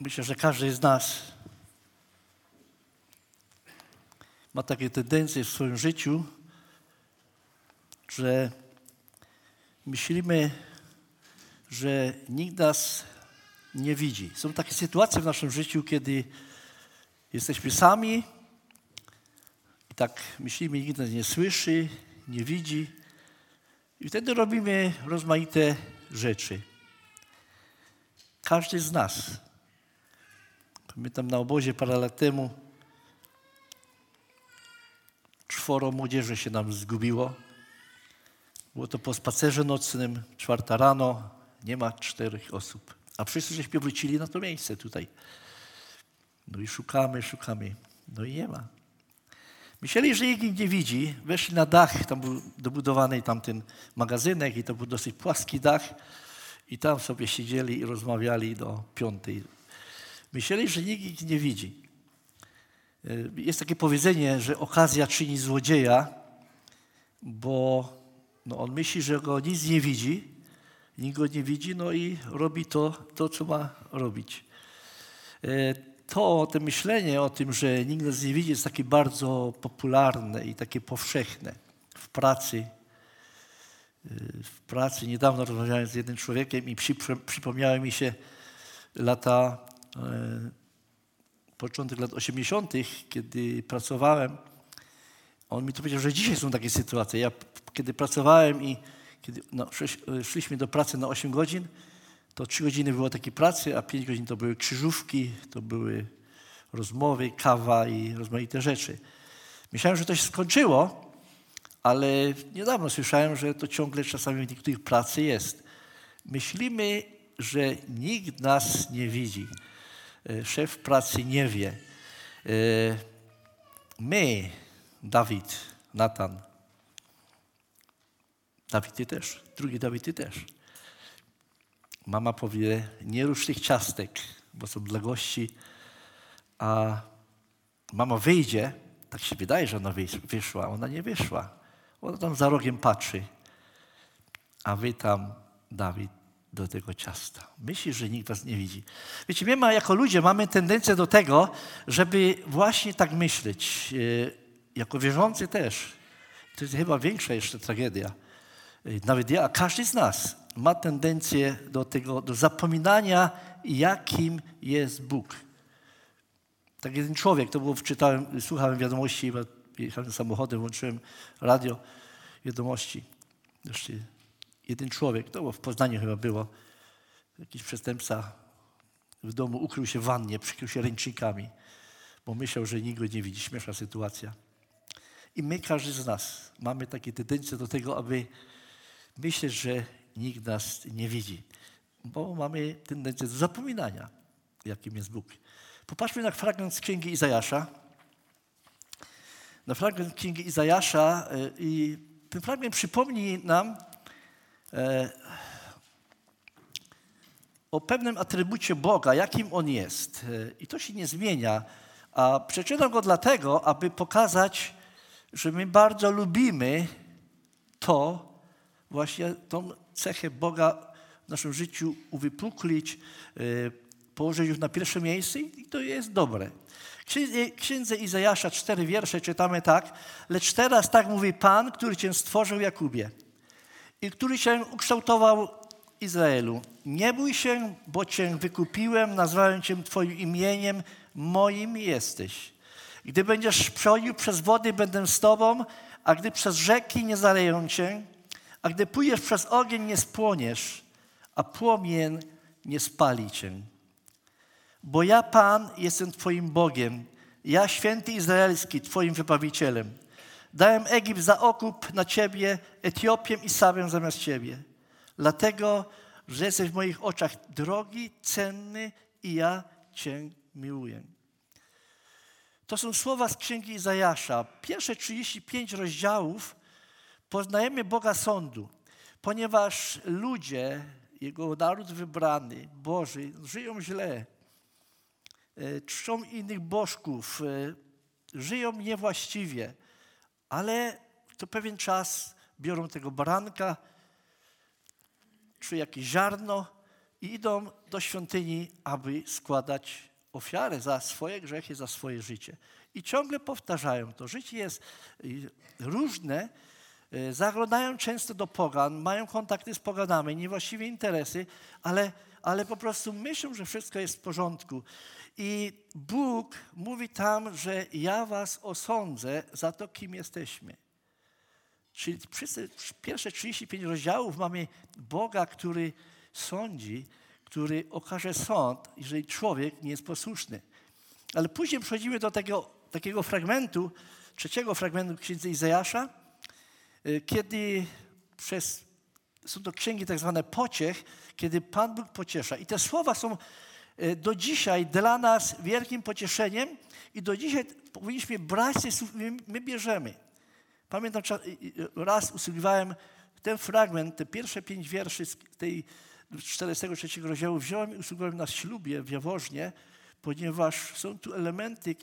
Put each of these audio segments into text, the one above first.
Myślę, że każdy z nas ma takie tendencje w swoim życiu, że myślimy, że nikt nas nie widzi. Są takie sytuacje w naszym życiu, kiedy jesteśmy sami i tak myślimy, nikt nas nie słyszy, nie widzi i wtedy robimy rozmaite rzeczy. Każdy z nas. Pamiętam na obozie parę lat temu 4 młodzieży się nam zgubiło. Było to po spacerze nocnym, 4 rano, nie ma 4 osób. A wszyscy żeśmy wrócili na to miejsce tutaj. No i szukamy, no i nie ma. Myśleli, że nikt nie widzi, weszli na dach, tam był dobudowany tamten magazynek i to był dosyć płaski dach i tam sobie siedzieli i rozmawiali do 5. Myśleli, że nikt ich nie widzi. Jest takie powiedzenie, że okazja czyni złodzieja, bo on myśli, że go nic nie widzi, nikt go nie widzi, no i robi to, co ma robić. To myślenie o tym, że nikt nas nie widzi, jest takie bardzo popularne i takie powszechne w pracy. Niedawno rozmawiałem z jednym człowiekiem i przypomniały mi się początek lat 80., kiedy pracowałem. On mi to powiedział, że dzisiaj są takie sytuacje. Ja kiedy pracowałem i kiedy szliśmy do pracy na 8 godzin, to 3 godziny było takiej pracy, a 5 godzin to były krzyżówki, to były rozmowy, kawa i rozmaite rzeczy. Myślałem, że to się skończyło, ale niedawno słyszałem, że to ciągle czasami w niektórych pracy jest. Myślimy, że nikt nas nie widzi. Szef pracy nie wie. My, Dawid, Natan, Dawid, ty też, drugi Dawid, ty też. Mama powie, nie rusz tych ciastek, bo są dla gości, a mama wyjdzie, tak się wydaje, że ona wyszła, ona nie wyszła. Ona tam za rogiem patrzy, a wy tam, Dawid, do tego ciasta. Myśli, że nikt was nie widzi. Wiecie, my jako ludzie mamy tendencję do tego, żeby właśnie tak myśleć. Jako wierzący też. To jest chyba większa jeszcze tragedia. Nawet ja, każdy z nas ma tendencję do zapominania, jakim jest Bóg. Tak jeden człowiek, słuchałem wiadomości, jechałem samochodem, włączyłem radio, wiadomości. Jeszcze jeden człowiek, to w Poznaniu chyba było, jakiś przestępca w domu ukrył się w wannie, przykrył się ręcznikami, bo myślał, że nikt go nie widzi. Śmieszna sytuacja. I my, każdy z nas, mamy takie tendencje do tego, aby myśleć, że nikt nas nie widzi, bo mamy tendencję do zapominania, jakim jest Bóg. Popatrzmy na fragment z Księgi Izajasza. Na fragment Księgi Izajasza i ten fragment przypomni nam o pewnym atrybucie Boga, jakim On jest. I to się nie zmienia. A przeczytam go dlatego, aby pokazać, że my bardzo lubimy właśnie tą cechę Boga w naszym życiu uwypuklić, położyć już na pierwsze miejsce i to jest dobre. W Księdze Izajasza 4 wiersze czytamy tak. Lecz teraz tak mówi Pan, który cię stworzył, Jakubie, i który cię ukształtował, Izraelu. Nie bój się, bo cię wykupiłem, nazwałem cię twoim imieniem, moim jesteś. Gdy będziesz przechodził przez wody, będę z tobą, a gdy przez rzeki, nie zaleją cię, a gdy pójdziesz przez ogień, nie spłoniesz, a płomień nie spali cię. Bo ja, Pan, jestem twoim Bogiem, ja, święty Izraelski, twoim wybawicielem. Dałem Egipt za okup na ciebie, Etiopię i Sabę zamiast ciebie. Dlatego, że jesteś w moich oczach drogi, cenny i ja cię miłuję. To są słowa z Księgi Izajasza. Pierwsze 35 rozdziałów poznajemy Boga sądu, ponieważ ludzie, Jego naród wybrany, Boży, żyją źle, czczą innych bożków, żyją niewłaściwie, ale co pewien czas biorą tego baranka, czy jakieś ziarno i idą do świątyni, aby składać ofiarę za swoje grzechy, za swoje życie. I ciągle powtarzają to. Życie jest różne, zaglądają często do pogan, mają kontakty z poganami, niewłaściwe interesy, ale po prostu myślą, że wszystko jest w porządku. I Bóg mówi tam, że ja was osądzę za to, kim jesteśmy. Czyli przez pierwsze 35 rozdziałów mamy Boga, który sądzi, który okaże sąd, jeżeli człowiek nie jest posłuszny. Ale później przechodzimy do takiego fragmentu, trzeciego fragmentu księdza Izajasza, kiedy są to księgi tak zwane pociech, kiedy Pan Bóg pociesza. I te słowa są do dzisiaj dla nas wielkim pocieszeniem i do dzisiaj powinniśmy brać te słowa, my bierzemy. Pamiętam, raz usługiwałem ten fragment, te pierwsze 5 wierszy z tej 43 rozdziału wziąłem i usługiwałem na ślubie w Jaworznie, ponieważ są tu elementy,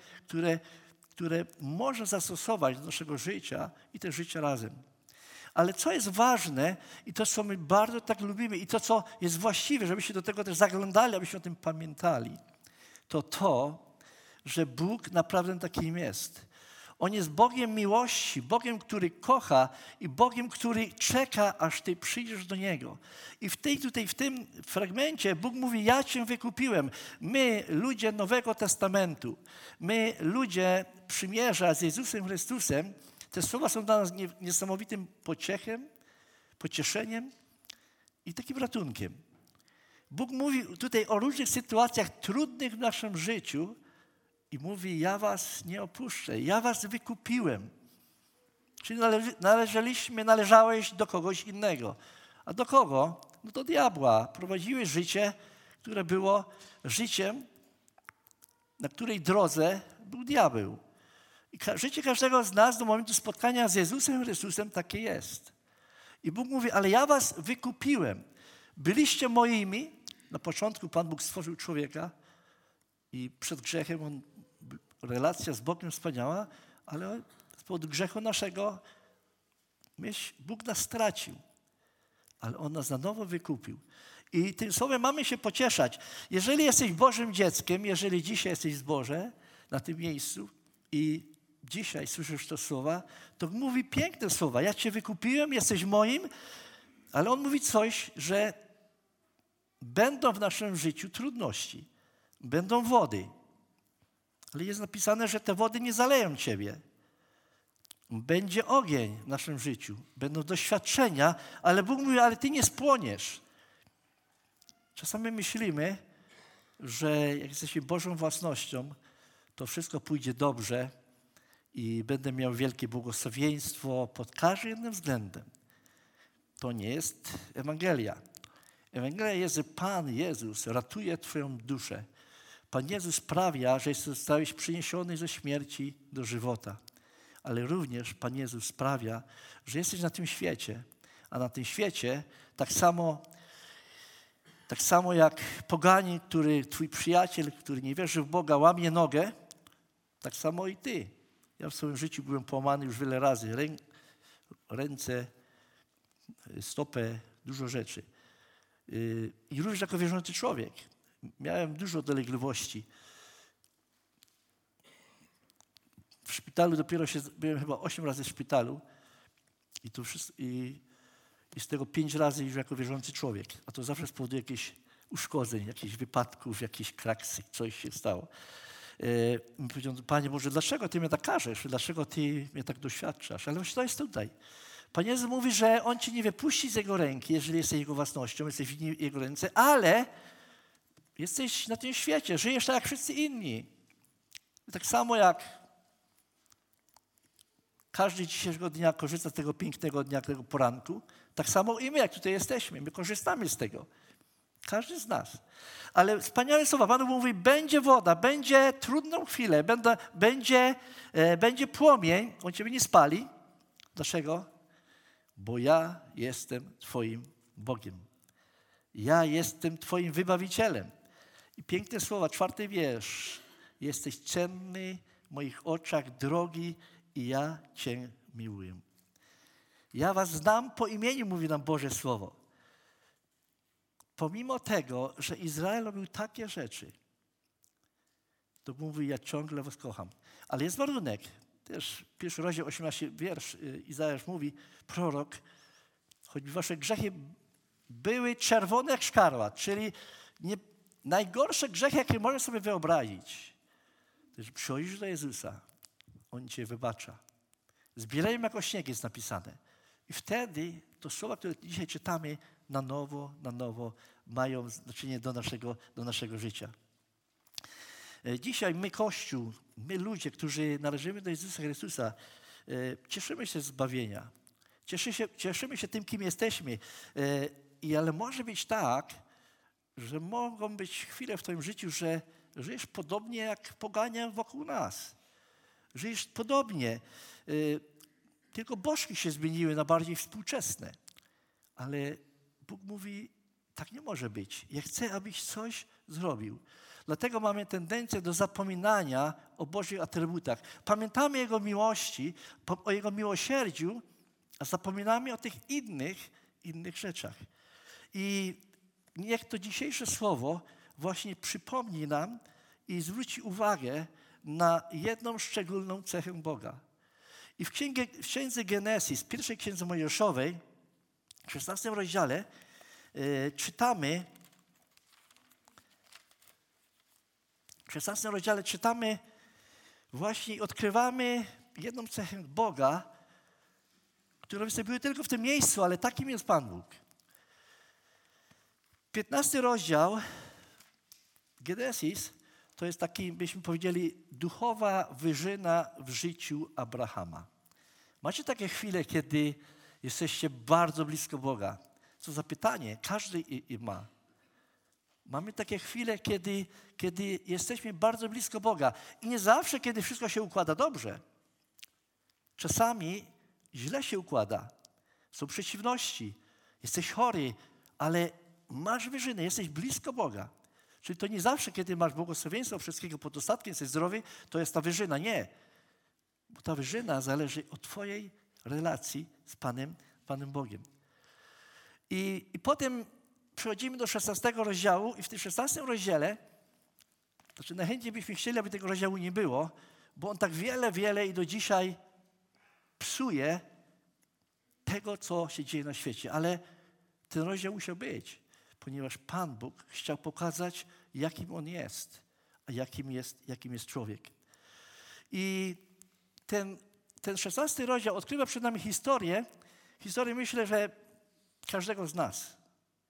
które można zastosować do naszego życia i też życia razem. Ale co jest ważne i to, co my bardzo tak lubimy i to, co jest właściwe, żebyśmy do tego też zaglądali, abyśmy o tym pamiętali, to, że Bóg naprawdę takim jest. On jest Bogiem miłości, Bogiem, który kocha i Bogiem, który czeka, aż Ty przyjdziesz do Niego. I w tym fragmencie Bóg mówi, ja Cię wykupiłem. My, ludzie Nowego Testamentu, my, ludzie przymierza z Jezusem Chrystusem, te słowa są dla nas niesamowitym pocieszeniem i takim ratunkiem. Bóg mówi tutaj o różnych sytuacjach trudnych w naszym życiu, i mówi, ja was nie opuszczę, ja was wykupiłem. Czyli należałeś do kogoś innego. A do kogo? No do diabła. Prowadziłeś życie, które było życiem, na której drodze był diabeł. I życie każdego z nas do momentu spotkania z Jezusem Chrystusem takie jest. I Bóg mówi, ale ja was wykupiłem. Byliście moimi. Na początku Pan Bóg stworzył człowieka i przed grzechem relacja z Bogiem wspaniała, ale z powodu grzechu naszego Bóg nas stracił, ale On nas na nowo wykupił. I tym słowem mamy się pocieszać. Jeżeli jesteś Bożym dzieckiem, jeżeli dzisiaj jesteś w zborze, na tym miejscu i dzisiaj słyszysz te słowa, to mówi piękne słowa. Ja Cię wykupiłem, jesteś moim, ale On mówi coś, że będą w naszym życiu trudności, będą wody. Ale jest napisane, że te wody nie zaleją Ciebie. Będzie ogień w naszym życiu, będą doświadczenia, ale Bóg mówi, ale Ty nie spłoniesz. Czasami myślimy, że jak jesteśmy Bożą własnością, to wszystko pójdzie dobrze i będę miał wielkie błogosławieństwo pod każdym jednym względem. To nie jest Ewangelia. Ewangelia jest, że Pan Jezus ratuje Twoją duszę. Pan Jezus sprawia, że zostałeś przyniesiony ze śmierci do żywota. Ale również Pan Jezus sprawia, że jesteś na tym świecie. A na tym świecie tak samo jak poganin, Twój przyjaciel, który nie wierzy w Boga, łamie nogę, tak samo i Ty. Ja w swoim życiu byłem połamany już wiele razy. Ręce, stopę, dużo rzeczy. I również jako wierzący człowiek. Miałem dużo dolegliwości. W szpitalu byłem chyba 8 razy w szpitalu i z tego 5 razy już jako wierzący człowiek. A to zawsze z powodu jakichś uszkodzeń, jakichś wypadków, jakichś kraksy, coś się stało. Powiedziałem, Panie Boże, dlaczego Ty mnie tak karzesz? Dlaczego Ty mnie tak doświadczasz? Ale właśnie to jest tutaj. Pan Jezus mówi, że On Cię nie wypuści z Jego ręki, jeżeli jesteś Jego własnością, jesteś w Jego ręce, ale jesteś na tym świecie, żyjesz tak jak wszyscy inni. I tak samo jak każdy dzisiejszego dnia korzysta z tego pięknego dnia, tego poranku, tak samo i my, jak tutaj jesteśmy, my korzystamy z tego. Każdy z nas. Ale wspaniałe słowa. Pan mówi, będzie woda, będzie trudną chwilę, będzie płomień, on Ciebie nie spali. Dlaczego? Bo ja jestem Twoim Bogiem. Ja jestem Twoim wybawicielem. I piękne słowa, 4 wiersz. Jesteś cenny w moich oczach, drogi, i ja Cię miłuję. Ja was znam po imieniu, mówi nam Boże Słowo. pomimo tego, że Izrael robił takie rzeczy, to mówi, ja ciągle was kocham. Ale jest warunek. Też pierwszy rozdział, 18 wiersz, Izajasz mówi, prorok, choćby wasze grzechy były czerwone jak szkarłat, czyli najgorsze grzechy, jakie możesz sobie wyobrazić, to że przychodzisz do Jezusa, On cię wybacza. Zbierają jako śnieg, jest napisane. I wtedy to słowa, które dzisiaj czytamy, na nowo mają znaczenie do naszego życia. Dzisiaj my, Kościół, my ludzie, którzy należymy do Jezusa Chrystusa, cieszymy się z zbawienia. Cieszymy się tym, kim jesteśmy. Ale może być tak, że mogą być chwile w twoim życiu, że żyjesz podobnie jak poganie wokół nas. Żyjesz podobnie. Tylko bożki się zmieniły na bardziej współczesne. Ale Bóg mówi, tak nie może być. Ja chcę, abyś coś zrobił. Dlatego mamy tendencję do zapominania o Bożych atrybutach. Pamiętamy Jego miłości, o Jego miłosierdziu, a zapominamy o tych innych rzeczach. I niech to dzisiejsze słowo właśnie przypomni nam i zwróci uwagę na jedną szczególną cechę Boga. I w księdze Genesis, pierwszej księdze Mojżeszowej, w 16 rozdziale czytamy, właśnie odkrywamy jedną cechę Boga, która występuje tylko w tym miejscu, ale takim jest Pan Bóg. 15 rozdział Genesis to jest taki, byśmy powiedzieli, duchowa wyżyna w życiu Abrahama. Macie takie chwile, kiedy jesteście bardzo blisko Boga? Co za pytanie, każdy ma. Mamy takie chwile, kiedy jesteśmy bardzo blisko Boga. I nie zawsze, kiedy wszystko się układa dobrze. Czasami źle się układa. Są przeciwności. Jesteś chory, ale masz wyżynę, jesteś blisko Boga. Czyli to nie zawsze, kiedy masz błogosławieństwo wszystkiego pod dostatkiem, jesteś zdrowy, to jest ta wyżyna. Nie. Bo ta wyżyna zależy od twojej relacji z Panem Bogiem. I potem przechodzimy do 16 rozdziału i w tym 16 rozdziale, znaczy najchętniej byśmy chcieli, aby tego rozdziału nie było, bo on tak wiele i do dzisiaj psuje tego, co się dzieje na świecie. Ale ten rozdział musiał być, ponieważ Pan Bóg chciał pokazać, jakim On jest, a jakim jest człowiek. I ten 16 rozdział odkrywa przed nami historię, myślę, że każdego z nas.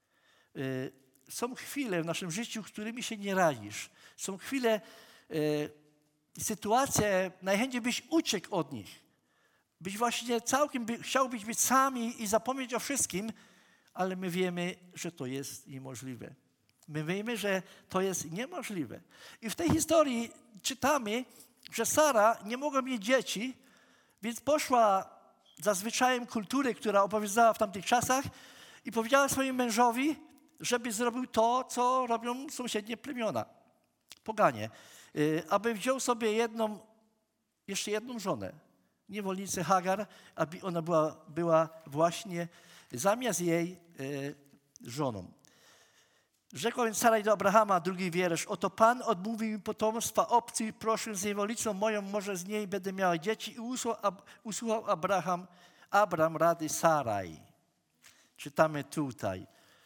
Są chwile w naszym życiu, którymi się nie radzisz. Są chwile, sytuacje, najchętniej byś uciekł od nich. Byś właśnie chciałbyś być sami i zapomnieć o wszystkim, ale my wiemy, że to jest niemożliwe. My wiemy, że to jest niemożliwe. I w tej historii czytamy, że Sara nie mogła mieć dzieci, więc poszła za zwyczajem kultury, która obowiązywała w tamtych czasach i powiedziała swojemu mężowi, żeby zrobił to, co robią sąsiednie plemiona, poganie, aby wziął sobie jeszcze jedną żonę, niewolnicę Hagar, aby ona była właśnie zamiast jej żoną. Rzekła więc Sara do Abrahama, 2 wiersz, oto Pan odmówił mi potomstwa, obcy, proszę z niewolnicą moją, może z niej będę miała dzieci. I usłuchał Abram rady Saraj. Czytamy tutaj.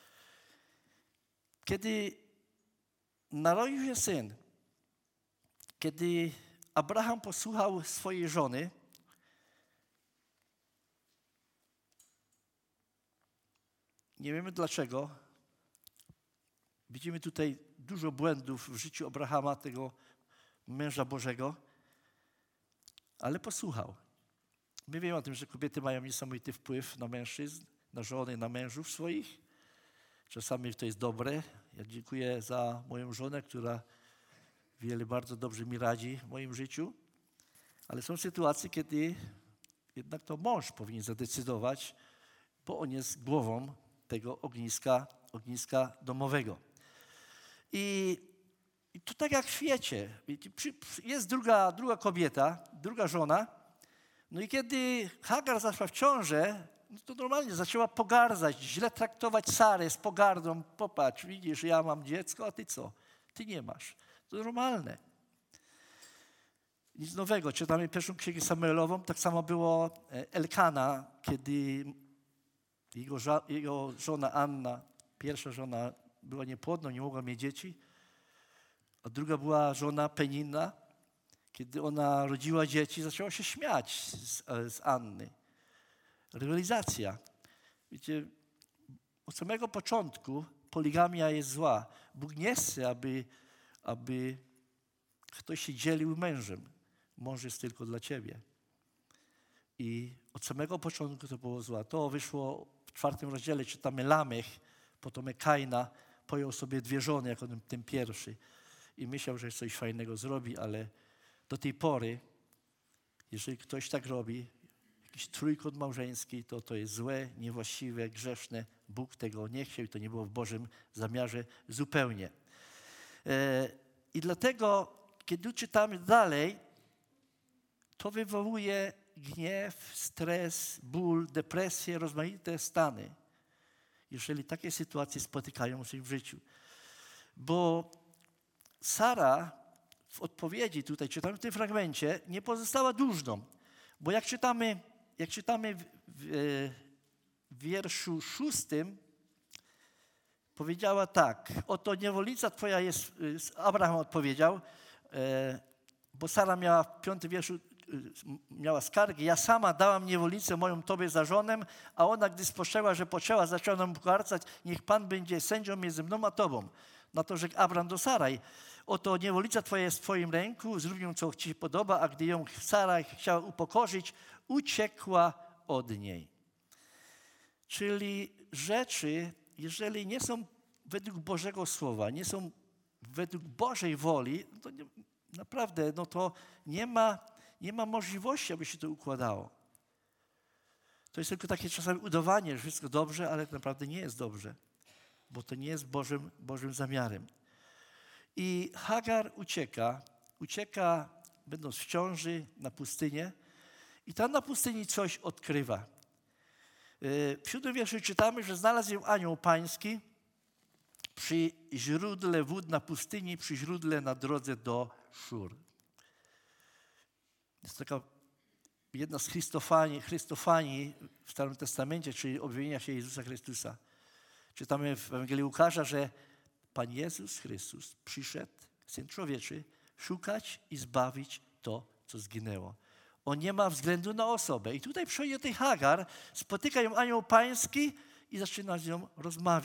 Kiedy narodził się syn, kiedy Abraham posłuchał swojej żony, nie wiemy dlaczego, widzimy tutaj dużo błędów w życiu Abrahama, tego męża Bożego, ale posłuchał. My wiemy o tym, że kobiety mają niesamowity wpływ na mężczyzn, na żony, na mężów swoich. Czasami to jest dobre. Ja dziękuję za moją żonę, która bardzo dobrze mi radzi w moim życiu. Ale są sytuacje, kiedy jednak to mąż powinien zadecydować, bo on jest głową tego ogniska domowego. I to tak jak w świecie. Jest druga kobieta, druga żona. No i kiedy Hagar zaszła w ciążę, no to normalnie zaczęła pogardzać, źle traktować Sarę z pogardą. Popatrz, widzisz, ja mam dziecko, a ty co? Ty nie masz. To normalne. Nic nowego. Czytamy pierwszą księgę Samuelową. Tak samo było Elkana, kiedy jego żona Anna, pierwsza żona, była niepłodna, nie mogła mieć dzieci, a druga była żona Penina. Kiedy ona rodziła dzieci, zaczęła się śmiać z Anny. Rywalizacja. Wiecie, od samego początku poligamia jest zła. Bóg nie chce, aby ktoś się dzielił mężem. Mąż jest tylko dla ciebie. I od samego początku to było złe. To wyszło w 4 rozdziale, czytamy Lamech, potomek Kaina, pojął sobie 2 żony, jako ten pierwszy. I myślał, że coś fajnego zrobi, ale do tej pory, jeżeli ktoś tak robi, jakiś trójkąt małżeński, to jest złe, niewłaściwe, grzeszne. Bóg tego nie chciał i to nie było w Bożym zamiarze zupełnie. I dlatego, kiedy czytamy dalej, to wywołuje gniew, stres, ból, depresję, rozmaite stany, jeżeli takie sytuacje spotykają się w życiu. Bo Sara w odpowiedzi, tutaj czytamy w tym fragmencie, nie pozostała dłużną. Bo jak czytamy w wierszu 6, powiedziała tak: oto niewolnica twoja jest, Abraham odpowiedział, bo Sara miała w 5 wierszu, miała skargę, ja sama dałam niewolnicę moją tobie za żonę, a ona, gdy spostrzegła, że poczęła, zaczęła nam pogardzać, niech Pan będzie sędzią między mną a tobą. Na to rzekł Abraham do Saraj: oto niewolnica twoja jest w twoim ręku, zrób ją, co ci się podoba, a gdy ją Sara chciała upokorzyć, uciekła od niej. Czyli rzeczy, jeżeli nie są według Bożego Słowa, nie są według Bożej woli, to naprawdę to nie ma możliwości, aby się to układało. To jest tylko takie czasami udawanie, że wszystko dobrze, ale naprawdę nie jest dobrze, bo to nie jest Bożym zamiarem. I Hagar ucieka będąc w ciąży na pustynię i tam na pustyni coś odkrywa. W 7 wierszu czytamy, że znalazł ją anioł pański przy źródle wód na pustyni, przy źródle na drodze do Szur. Jest taka jedna z Chrystofanii w Starym Testamencie, czyli objawienia się Jezusa Chrystusa. Czytamy w Ewangelii Łukasza, że Pan Jezus Chrystus przyszedł, Syn Człowieczy, szukać i zbawić to, co zginęło. On nie ma względu na osobę. I tutaj przychodzi do tej Hagar, spotyka ją anioł pański i zaczyna z nią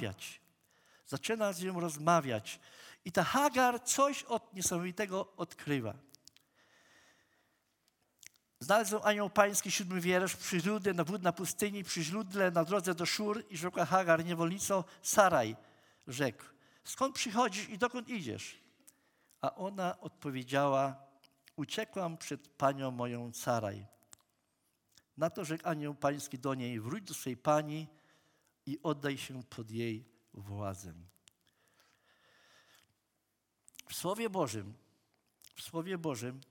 rozmawiać. I ta Hagar coś niesamowitego odkrywa. Znalazł anioł pański, 7 wiersz, przy źródle na wód na pustyni, przy źródle na drodze do Szur i rzekła Hagar, niewolnico Saraj, rzekł: skąd przychodzisz i dokąd idziesz? A ona odpowiedziała: uciekłam przed panią moją Saraj. Na to rzekł anioł pański do niej: wróć do swej pani i oddaj się pod jej władzę. W Słowie Bożym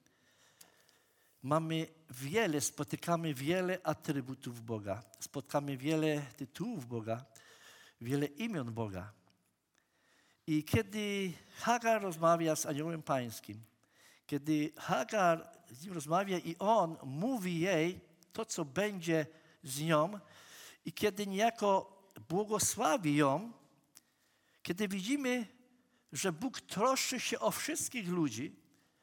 spotykamy wiele atrybutów Boga. Spotkamy wiele tytułów Boga, wiele imion Boga. I kiedy Hagar rozmawia z aniołem pańskim, kiedy Hagar z nim rozmawia i on mówi jej to, co będzie z nią, i kiedy niejako błogosławi ją, kiedy widzimy, że Bóg troszczy się o wszystkich ludzi,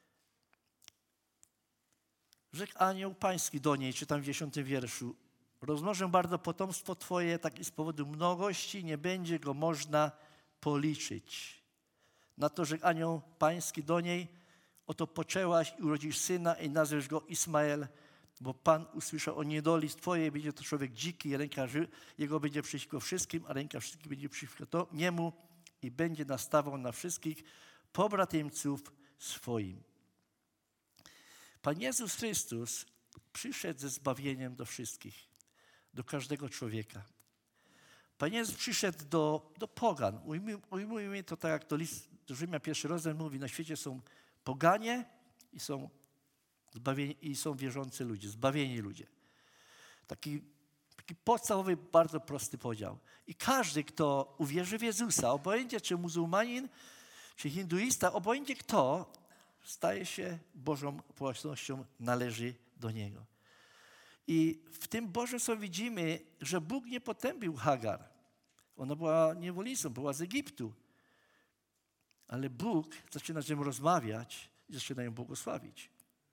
rzekł anioł pański do niej, czytam w 10 wierszu: rozmnożę bardzo potomstwo twoje, tak i z powodu mnogości nie będzie go można policzyć. Na to rzekł anioł pański do niej: oto poczęłaś i urodzisz syna i nazwiesz go Ismael, bo Pan usłyszał o niedoli twojej, będzie to człowiek dziki, ręka jego będzie przeciwko wszystkim, a ręka wszystkich będzie przeciwko niemu i będzie nastawał na wszystkich pobratymców swoim. Pan Jezus Chrystus przyszedł ze zbawieniem do wszystkich, do każdego człowieka. Pan Jezus przyszedł do pogan. Ujmujmy to tak, jak to list do Rzymian 1 rozdział mówi: na świecie są poganie i są zbawieni, i są wierzący ludzie, zbawieni ludzie. Taki Taki podstawowy, bardzo prosty podział. I każdy, kto uwierzy w Jezusa, obojętnie czy muzułmanin, czy hinduista, obojętnie kto, staje się Bożą własnością, należy do Niego. I w tym Bożym Słowie widzimy, że Bóg nie potępił Hagar. Ona była niewolnicą, była z Egiptu. Ale Bóg zaczyna z nią rozmawiać i zaczyna ją błogosławić.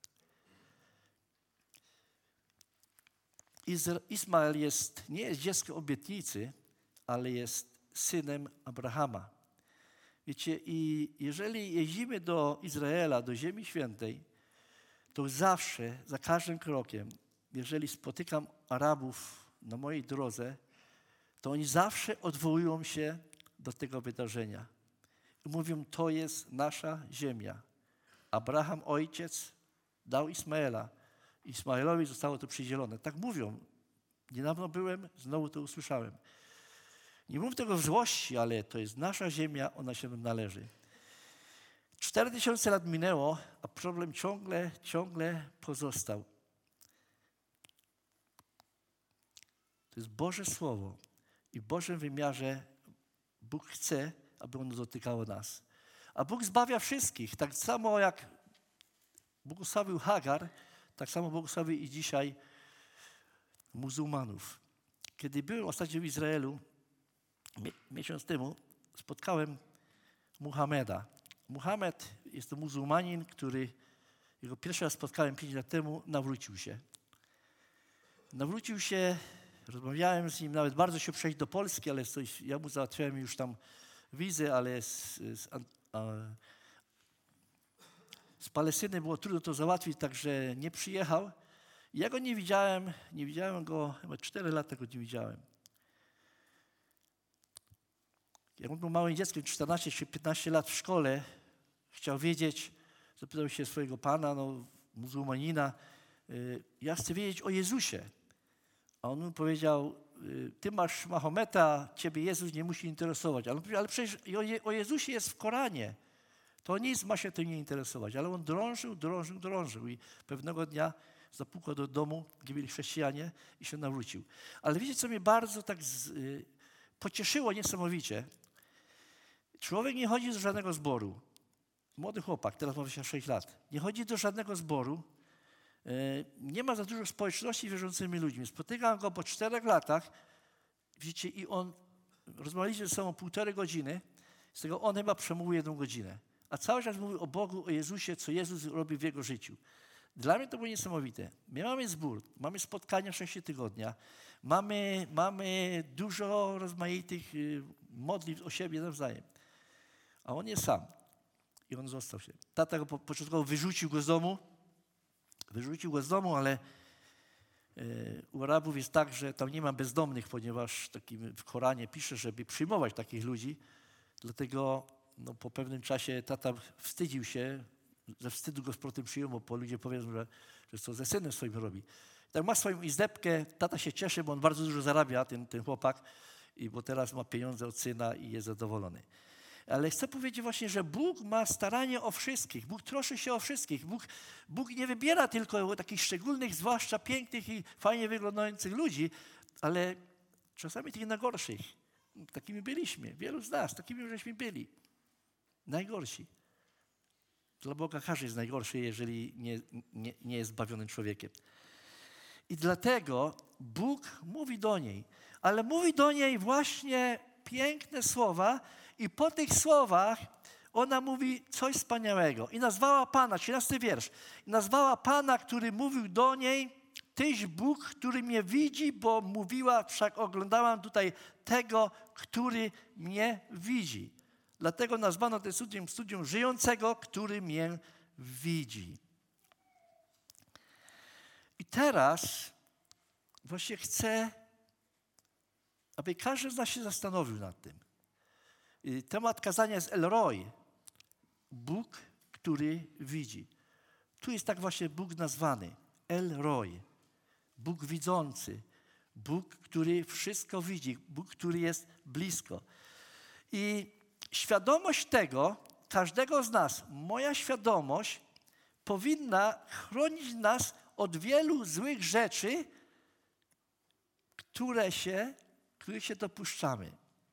Ismael nie jest dzieckiem obietnicy, ale jest synem Abrahama. Wiecie, i jeżeli jeździmy do Izraela, do Ziemi Świętej, to zawsze, za każdym krokiem, jeżeli spotykam Arabów na mojej drodze, to oni zawsze odwołują się do tego wydarzenia. I mówią, to jest nasza ziemia. Abraham, ojciec, dał Ismaela. Ismaelowi zostało to przydzielone. Tak mówią. Niedawno byłem, znowu to usłyszałem. Nie mówię tego w złości, ale to jest nasza ziemia, ona się nam należy. 4000 lat minęło, a problem ciągle pozostał. To jest Boże Słowo i w Bożym wymiarze Bóg chce, aby ono dotykało nas. A Bóg zbawia wszystkich. Tak samo jak błogosławił Hagar, tak samo błogosławi i dzisiaj muzułmanów. Kiedy byłem ostatnio w Izraelu, miesiąc temu, spotkałem Muhammeda. Muhammed jest to muzułmanin, jego pierwszy raz spotkałem 5 lat temu, nawrócił się. Nawrócił się, rozmawiałem z nim, nawet bardzo się przejść do Polski, ale ja mu załatwiałem już tam wizę, ale z Palestyny było trudno to załatwić, także nie przyjechał. Ja go nie widziałem go, chyba 4 lata go nie widziałem. Jak on był małym dzieckiem, 14 czy 15 lat w szkole, chciał wiedzieć, zapytał się swojego pana, muzułmanina, ja chcę wiedzieć o Jezusie. A on mu powiedział, ty masz Mahometa, ciebie Jezus nie musi interesować. Ale on powiedział, ale przecież o Jezusie jest w Koranie. To nic ma się tym nie interesować. Ale on drążył i pewnego dnia zapukał do domu, gdzie byli chrześcijanie i się nawrócił. Ale wiecie, co mnie bardzo tak pocieszyło niesamowicie? Człowiek nie chodzi do żadnego zboru. Młody chłopak, teraz ma 26 lat. Nie chodzi do żadnego zboru. Nie ma za dużo społeczności z wierzącymi ludźmi. Spotykam go po 4 latach, widzicie, i rozmawialiśmy ze sobą 1,5 godziny, z tego on chyba przemówił 1 godzinę. A cały czas mówił o Bogu, o Jezusie, co Jezus robi w jego życiu. Dla mnie to było niesamowite. My mamy zbór, mamy spotkania 6 tygodnia, mamy dużo rozmaitych modlitw o siebie nawzajem. A on jest sam. I on został się. Tata go początkowo wyrzucił go z domu, ale u Arabów jest tak, że tam nie ma bezdomnych, ponieważ w Koranie pisze, żeby przyjmować takich ludzi. Dlatego po pewnym czasie tata wstydził się, ze wstydu go z powrotem przyjął, bo ludzie powiedzą, że co ze synem swoim robi. Tak ma swoją izdebkę, tata się cieszy, bo on bardzo dużo zarabia, ten chłopak, bo teraz ma pieniądze od syna i jest zadowolony. Ale chcę powiedzieć właśnie, że Bóg ma staranie o wszystkich. Bóg troszczy się o wszystkich. Bóg nie wybiera tylko takich szczególnych, zwłaszcza pięknych i fajnie wyglądających ludzi, ale czasami tych najgorszych. Takimi byliśmy. Wielu z nas, takimi żeśmy byli. Najgorsi. Dla Boga każdy jest najgorszy, jeżeli nie jest zbawionym człowiekiem. I dlatego Bóg mówi do niej, ale mówi do niej właśnie piękne słowa i po tych słowach ona mówi coś wspaniałego. I nazwała Pana, 13 wiersz, i nazwała Pana, który mówił do niej, Tyś Bóg, który mnie widzi, bo mówiła, wszak oglądałam tutaj tego, który mnie widzi. Dlatego nazwano to studium żyjącego, który mnie widzi. I teraz właśnie chcę, aby każdy z nas się zastanowił nad tym. Temat kazania jest El Roi. Bóg, który widzi. Tu jest tak właśnie Bóg nazwany. El Roi. Bóg widzący. Bóg, który wszystko widzi. Bóg, który jest blisko. I świadomość tego, każdego z nas, moja świadomość powinna chronić nas od wielu złych rzeczy, których się dopuszczamy.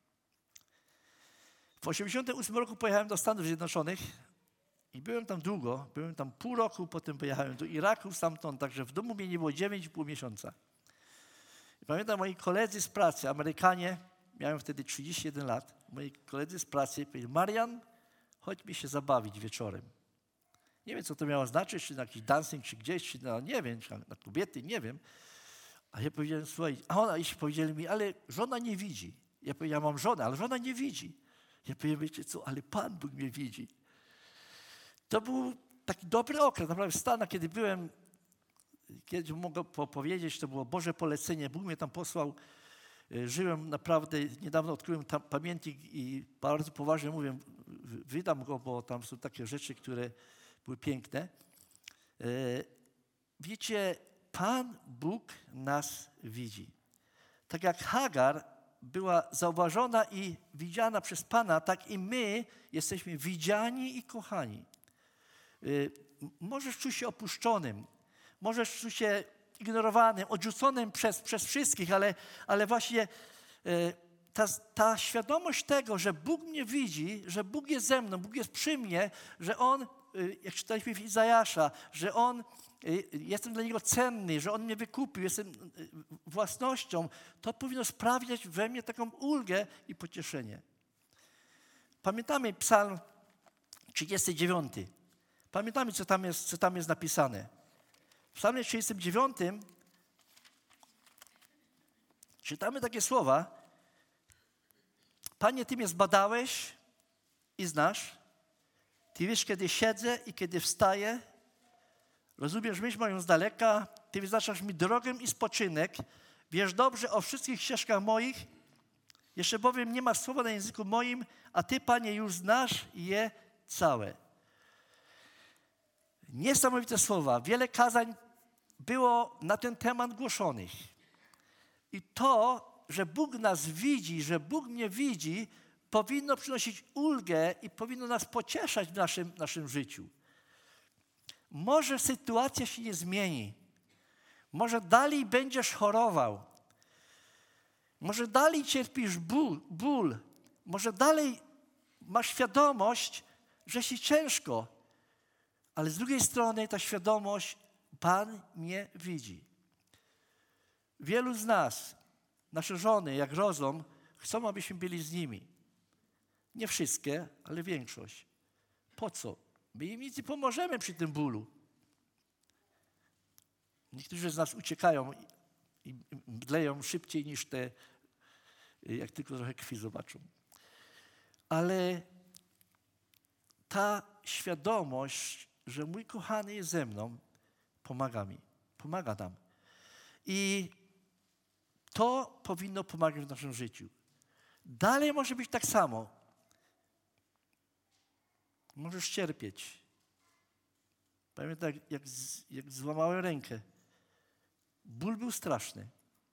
W 1988 roku pojechałem do Stanów Zjednoczonych i byłem tam długo, byłem tam pół roku, potem pojechałem do Iraku stamtąd, także w domu mnie nie było 9,5 miesiąca. I pamiętam moi koledzy z pracy, Amerykanie, miałem wtedy 31 lat, moi koledzy z pracy powiedzieli: Marian, chodźmy się zabawić wieczorem. Nie wiem, co to miało znaczyć, czy na jakiś dancing, czy gdzieś, czy nie wiem, czy na kobiety, nie wiem. A ja powiedziałem: słuchaj, powiedzieli mi: ale żona nie widzi. Ja powiedziałem: mam żonę, ale żona nie widzi. Ja powiedziałem: wiecie co, ale Pan Bóg mnie widzi. To był taki dobry okres, naprawdę w Stanach, kiedy byłem, kiedy mogę powiedzieć, to było Boże polecenie, Bóg mnie tam posłał. Żyłem naprawdę, niedawno odkryłem tam pamiętnik i bardzo poważnie mówię, wydam go, bo tam są takie rzeczy, które były piękne. Wiecie, Pan Bóg nas widzi. Tak jak Hagar była zauważona i widziana przez Pana, tak i my jesteśmy widziani i kochani. Możesz czuć się opuszczonym, możesz czuć się ignorowanym, odrzuconym przez wszystkich, ale właśnie ta świadomość tego, że Bóg mnie widzi, że Bóg jest ze mną, Bóg jest przy mnie, że On, jak czytaliśmy w Izajasza, że jestem dla Niego cenny, że On mnie wykupił, jestem własnością, to powinno sprawiać we mnie taką ulgę i pocieszenie. Pamiętamy Psalm 39. Pamiętamy, co tam jest napisane. W Psalmie 39 czytamy takie słowa: Panie, Ty mnie zbadałeś i znasz. Ty wiesz, kiedy siedzę i kiedy wstaję. Rozumiesz myśl moją z daleka. Ty wyznaczasz mi drogę i spoczynek. Wiesz dobrze o wszystkich ścieżkach moich. Jeszcze bowiem nie ma słowa na języku moim, a Ty, Panie, już znasz je całe. Niesamowite słowa. Wiele kazań było na ten temat głoszonych. I to, że Bóg nas widzi, że Bóg mnie widzi, powinno przynosić ulgę i powinno nas pocieszać w naszym życiu. Może sytuacja się nie zmieni. Może dalej będziesz chorował. Może dalej cierpisz ból. Może dalej masz świadomość, że ci ciężko. Ale z drugiej strony ta świadomość, Pan mnie widzi. Wielu z nas, nasze żony, jak rodzą, chcą, abyśmy byli z nimi. Nie wszystkie, ale większość. Po co? My im nic nie pomożemy przy tym bólu. Niektórzy z nas uciekają i mdleją szybciej niż te, jak tylko trochę krwi zobaczą. Ale ta świadomość, że mój kochany jest ze mną, pomaga nam. I to powinno pomagać w naszym życiu. Dalej może być tak samo. Możesz cierpieć. Pamiętam, jak złamałem rękę. Ból był straszny.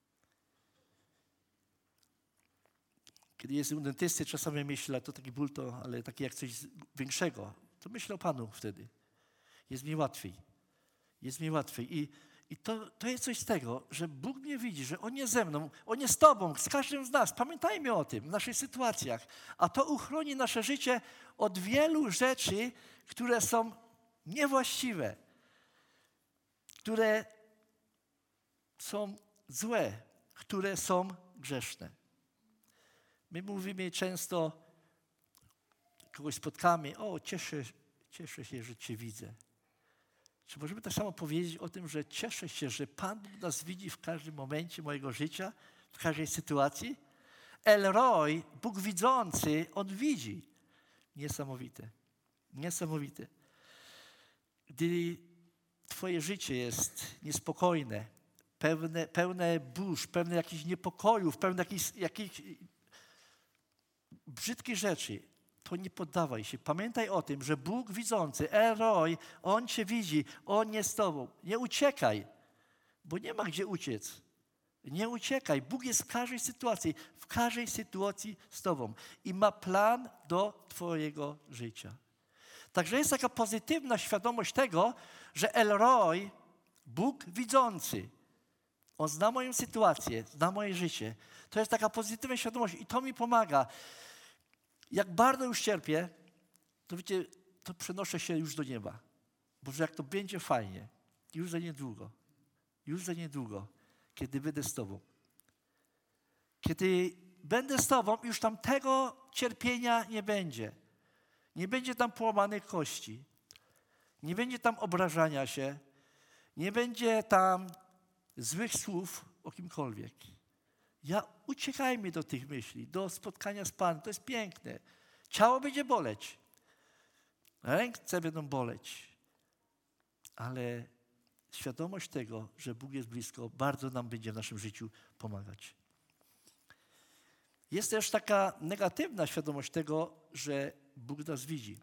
Kiedy jestem u dentysty, czasami myślę, to taki ból, ale taki jak coś większego, to myślę o Panu wtedy. Jest mi łatwiej. I to jest coś z tego, że Bóg mnie widzi, że On jest ze mną, On jest z Tobą, z każdym z nas. Pamiętajmy o tym w naszych sytuacjach. A to uchroni nasze życie od wielu rzeczy, które są niewłaściwe, które są złe, które są grzeszne. My mówimy często, kogoś spotkamy: cieszę się, że Cię widzę. Czy możemy tak samo powiedzieć o tym, że cieszę się, że Pan Bóg nas widzi w każdym momencie mojego życia, w każdej sytuacji? El Roi, Bóg widzący, On widzi. Niesamowite. Gdy Twoje życie jest niespokojne, pełne burz, pełne jakichś niepokojów, pełne jakichś brzydkich rzeczy, to nie poddawaj się. Pamiętaj o tym, że Bóg widzący, El Roi, On Cię widzi, On jest z Tobą. Nie uciekaj, bo nie ma gdzie uciec. Nie uciekaj. Bóg jest w każdej sytuacji z Tobą i ma plan do Twojego życia. Także jest taka pozytywna świadomość tego, że El Roi, Bóg widzący, On zna moją sytuację, zna moje życie. To jest taka pozytywna świadomość i to mi pomaga. Jak bardzo już cierpię, to wiecie, to przenoszę się już do nieba. Boże, jak to będzie fajnie. Już za niedługo, kiedy będę z Tobą. Kiedy będę z Tobą, już tam tego cierpienia nie będzie. Nie będzie tam połamanych kości. Nie będzie tam obrażania się. Nie będzie tam złych słów o kimkolwiek. Uciekajmy do tych myśli, do spotkania z Panem. To jest piękne. Ciało będzie boleć. Ręce będą boleć. Ale świadomość tego, że Bóg jest blisko, bardzo nam będzie w naszym życiu pomagać. Jest też taka negatywna świadomość tego, że Bóg nas widzi.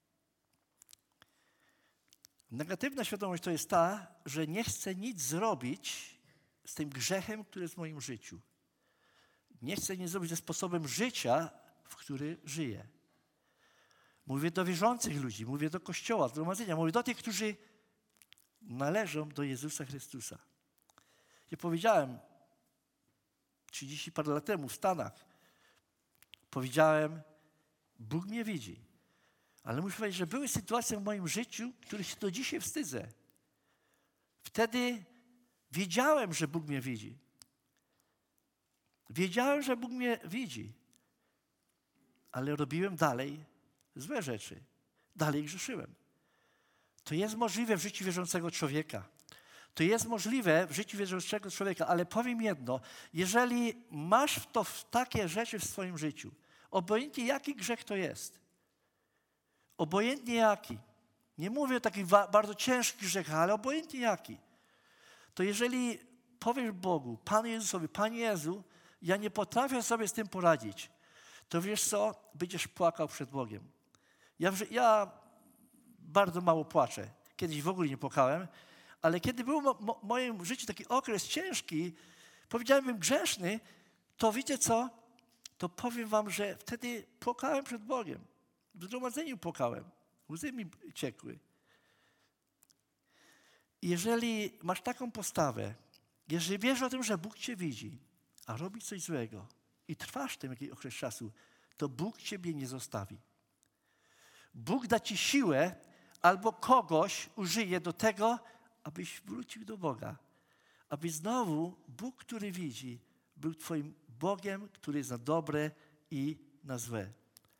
Negatywna świadomość to jest ta, że nie chcę nic zrobić z tym grzechem, który jest w moim życiu. Nie chcę nic zrobić ze sposobem życia, w którym żyję. Mówię do wierzących ludzi, mówię do Kościoła, do zgromadzenia, mówię do tych, którzy należą do Jezusa Chrystusa. Ja powiedziałem 30 parę lat temu w Stanach, powiedziałem, Bóg mnie widzi. Ale muszę powiedzieć, że były sytuacje w moim życiu, których się do dzisiaj wstydzę. Wtedy wiedziałem, że Bóg mnie widzi. Wiedziałem, że Bóg mnie widzi. Ale robiłem dalej złe rzeczy. Dalej grzeszyłem. To jest możliwe w życiu wierzącego człowieka. To jest możliwe w życiu wierzącego człowieka, ale powiem jedno. Jeżeli masz takie rzeczy w swoim życiu, obojętnie jaki grzech to jest, obojętnie jaki, nie mówię o takich bardzo ciężkich grzechach, ale obojętnie jaki, to jeżeli powiesz Bogu, Panu Jezusowi, Panie Jezu, ja nie potrafię sobie z tym poradzić, to wiesz co? Będziesz płakał przed Bogiem. Ja bardzo mało płaczę. Kiedyś w ogóle nie płakałem, ale kiedy był w moim życiu taki okres ciężki, powiedziałem grzeszny, to wiecie co? To powiem wam, że wtedy płakałem przed Bogiem. W zgromadzeniu płakałem. Łzy mi ciekły. Jeżeli masz taką postawę, jeżeli wiesz o tym, że Bóg cię widzi, a robi coś złego i trwasz w tym jakiś okres czasu, to Bóg ciebie nie zostawi. Bóg da ci siłę albo kogoś użyje do tego, abyś wrócił do Boga. Aby znowu Bóg, który widzi, był twoim Bogiem, który jest na dobre i na złe.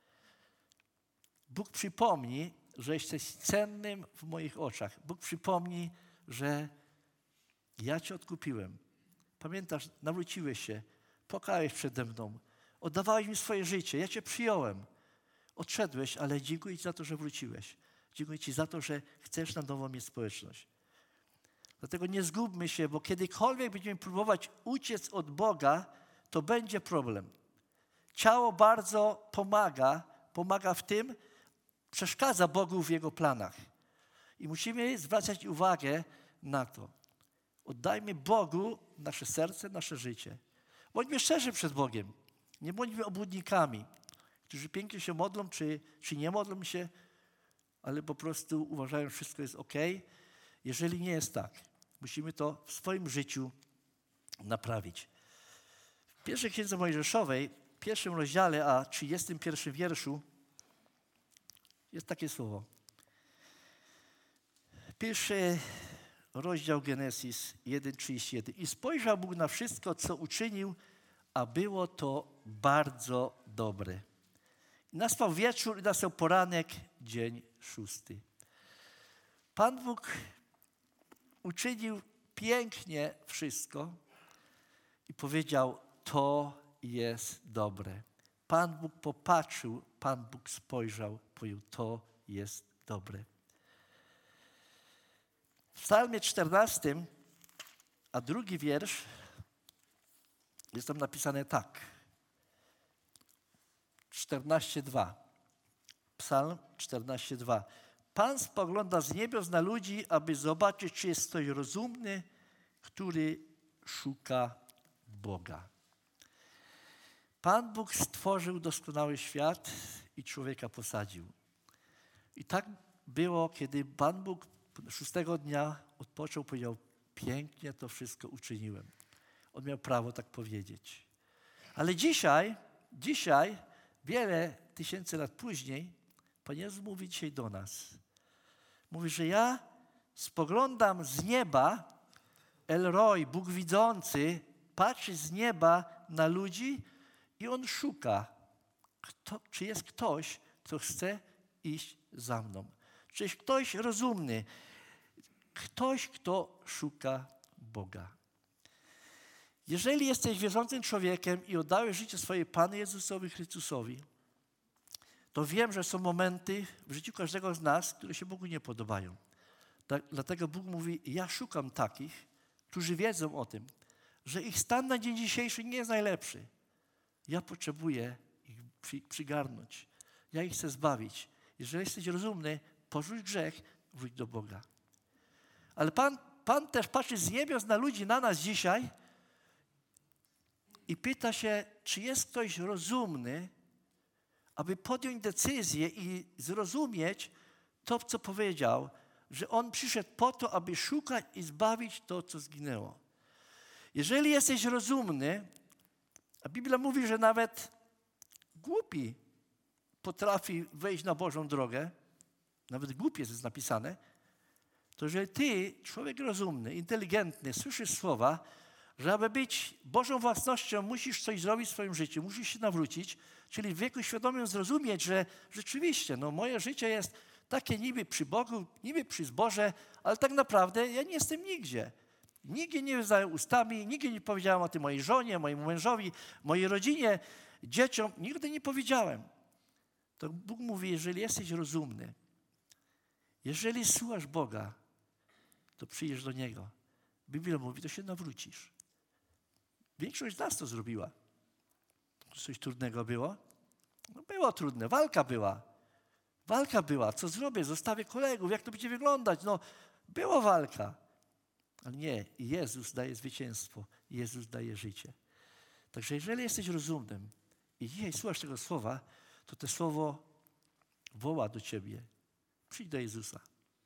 Bóg przypomni, że jesteś cennym w moich oczach. Bóg przypomni, że ja cię odkupiłem. Pamiętasz, nawróciłeś się, płakałeś przede mną, oddawałeś mi swoje życie, ja cię przyjąłem. Odszedłeś, ale dziękuję ci za to, że wróciłeś. Dziękuję ci za to, że chcesz na nową mieć społeczność. Dlatego nie zgubmy się, bo kiedykolwiek będziemy próbować uciec od Boga, to będzie problem. Ciało bardzo pomaga w tym, przeszkadza Bogu w Jego planach. I musimy zwracać uwagę na to. Oddajmy Bogu nasze serce, nasze życie. Bądźmy szczerzy przed Bogiem. Nie bądźmy obłudnikami, którzy pięknie się modlą, czy nie modlą się, ale po prostu uważają, że wszystko jest okej. Jeżeli nie jest tak, musimy to w swoim życiu naprawić. W pierwszej Księdze Mojżeszowej, w 1 rozdziale, a 31 wierszu jest takie słowo. Pierwszy rozdział Genesis 1:31. I spojrzał Bóg na wszystko, co uczynił, a było to bardzo dobre. I nastał wieczór i nastał poranek, dzień 6. Pan Bóg uczynił pięknie wszystko i powiedział, to jest dobre. Pan Bóg popatrzył, Pan Bóg spojrzał, powiedział, to jest dobre. W Psalmie 14, a drugi wiersz, jest tam napisane tak. 14:2. Psalm 14:2. Pan spogląda z niebios na ludzi, aby zobaczyć, czy jest ktoś rozumny, który szuka Boga. Pan Bóg stworzył doskonały świat i człowieka posadził. I tak było, kiedy Pan Bóg 6 dnia odpoczął, powiedział, pięknie to wszystko uczyniłem. On miał prawo tak powiedzieć. Ale dzisiaj, wiele tysięcy lat później, Pan Jezus mówi dzisiaj do nas. Mówi, że ja spoglądam z nieba, El-Roi, Bóg widzący, patrzy z nieba na ludzi i On szuka, czy jest ktoś, kto chce iść za mną. Czy jest ktoś rozumny, ktoś, kto szuka Boga. Jeżeli jesteś wierzącym człowiekiem i oddałeś życie swojej Panu Jezusowi Chrystusowi, to wiem, że są momenty w życiu każdego z nas, które się Bogu nie podobają. Dlatego Bóg mówi, ja szukam takich, którzy wiedzą o tym, że ich stan na dzień dzisiejszy nie jest najlepszy. Ja potrzebuję ich przygarnąć. Ja ich chcę zbawić. Jeżeli jesteś rozumny, porzuć grzech, wróć do Boga. Ale Pan też patrzy z niebios na ludzi, na nas dzisiaj i pyta się, czy jest ktoś rozumny, aby podjąć decyzję i zrozumieć to, co powiedział, że On przyszedł po to, aby szukać i zbawić to, co zginęło. Jeżeli jesteś rozumny, a Biblia mówi, że nawet głupi potrafi wejść na Bożą drogę, nawet głupiec jest napisane, to jeżeli ty, człowiek rozumny, inteligentny, słyszysz słowa, że aby być Bożą własnością, musisz coś zrobić w swoim życiu, musisz się nawrócić, czyli w wieku świadomym zrozumieć, że rzeczywiście, moje życie jest takie niby przy Bogu, niby przy zborze, ale tak naprawdę ja nie jestem nigdzie. Nigdzie nie wyznałem ustami, nigdzie nie powiedziałem o tym mojej żonie, mojemu mężowi, mojej rodzinie, dzieciom. Nigdy nie powiedziałem. To Bóg mówi, jeżeli jesteś rozumny, jeżeli słuchasz Boga, to przyjdziesz do Niego. Biblia mówi, to się nawrócisz. Większość z nas to zrobiła. Coś trudnego było? Było trudne. Walka była. Co zrobię? Zostawię kolegów. Jak to będzie wyglądać? Była walka. Ale nie. Jezus daje zwycięstwo. Jezus daje życie. Także jeżeli jesteś rozumnym i dzisiaj słuchasz tego słowa, to to słowo woła do ciebie. Przyjdź do Jezusa.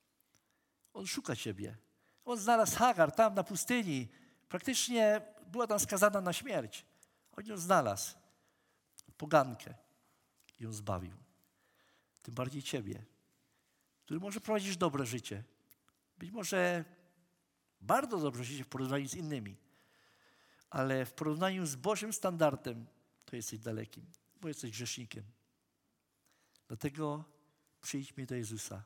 On szuka ciebie. On znalazł Hagar tam na pustyni. Praktycznie była tam skazana na śmierć. On ją znalazł. Pogankę. I ją zbawił. Tym bardziej ciebie, który może prowadzisz dobre życie. Być może bardzo dobrze życie w porównaniu z innymi. Ale w porównaniu z Bożym standardem to jesteś dalekim, bo jesteś grzesznikiem. Dlatego przyjdźmy do Jezusa.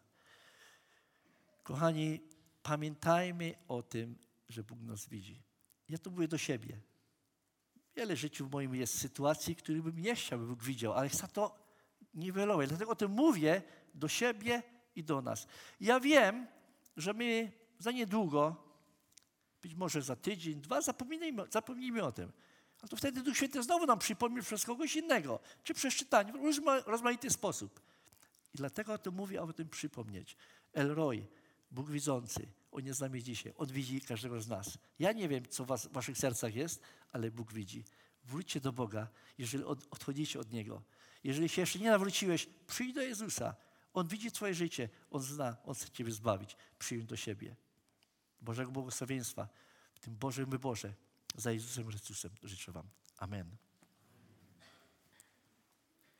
Kochani, pamiętajmy o tym, że Bóg nas widzi. Ja to mówię do siebie. Wiele w życiu moim jest sytuacji, których bym nie chciał, by Bóg widział, ale chcę to niwelować. Dlatego o tym mówię do siebie i do nas. Ja wiem, że my za niedługo, być może za tydzień, 2, zapomnijmy o tym. A to wtedy Duch Święty znowu nam przypomni przez kogoś innego, czy przez czytanie, w rozmaity sposób. I dlatego o tym mówię, aby o tym przypomnieć. El-Roi, Bóg widzący, On jest z nami dzisiaj. On widzi każdego z nas. Ja nie wiem, co w waszych sercach jest, ale Bóg widzi. Wróćcie do Boga, jeżeli odchodzicie od Niego. Jeżeli się jeszcze nie nawróciłeś, przyjdź do Jezusa. On widzi twoje życie. On zna. On chce ciebie zbawić. Przyjdź do siebie. Bożego błogosławieństwa w tym Bożym wyborze za Jezusem Chrystusem życzę wam. Amen.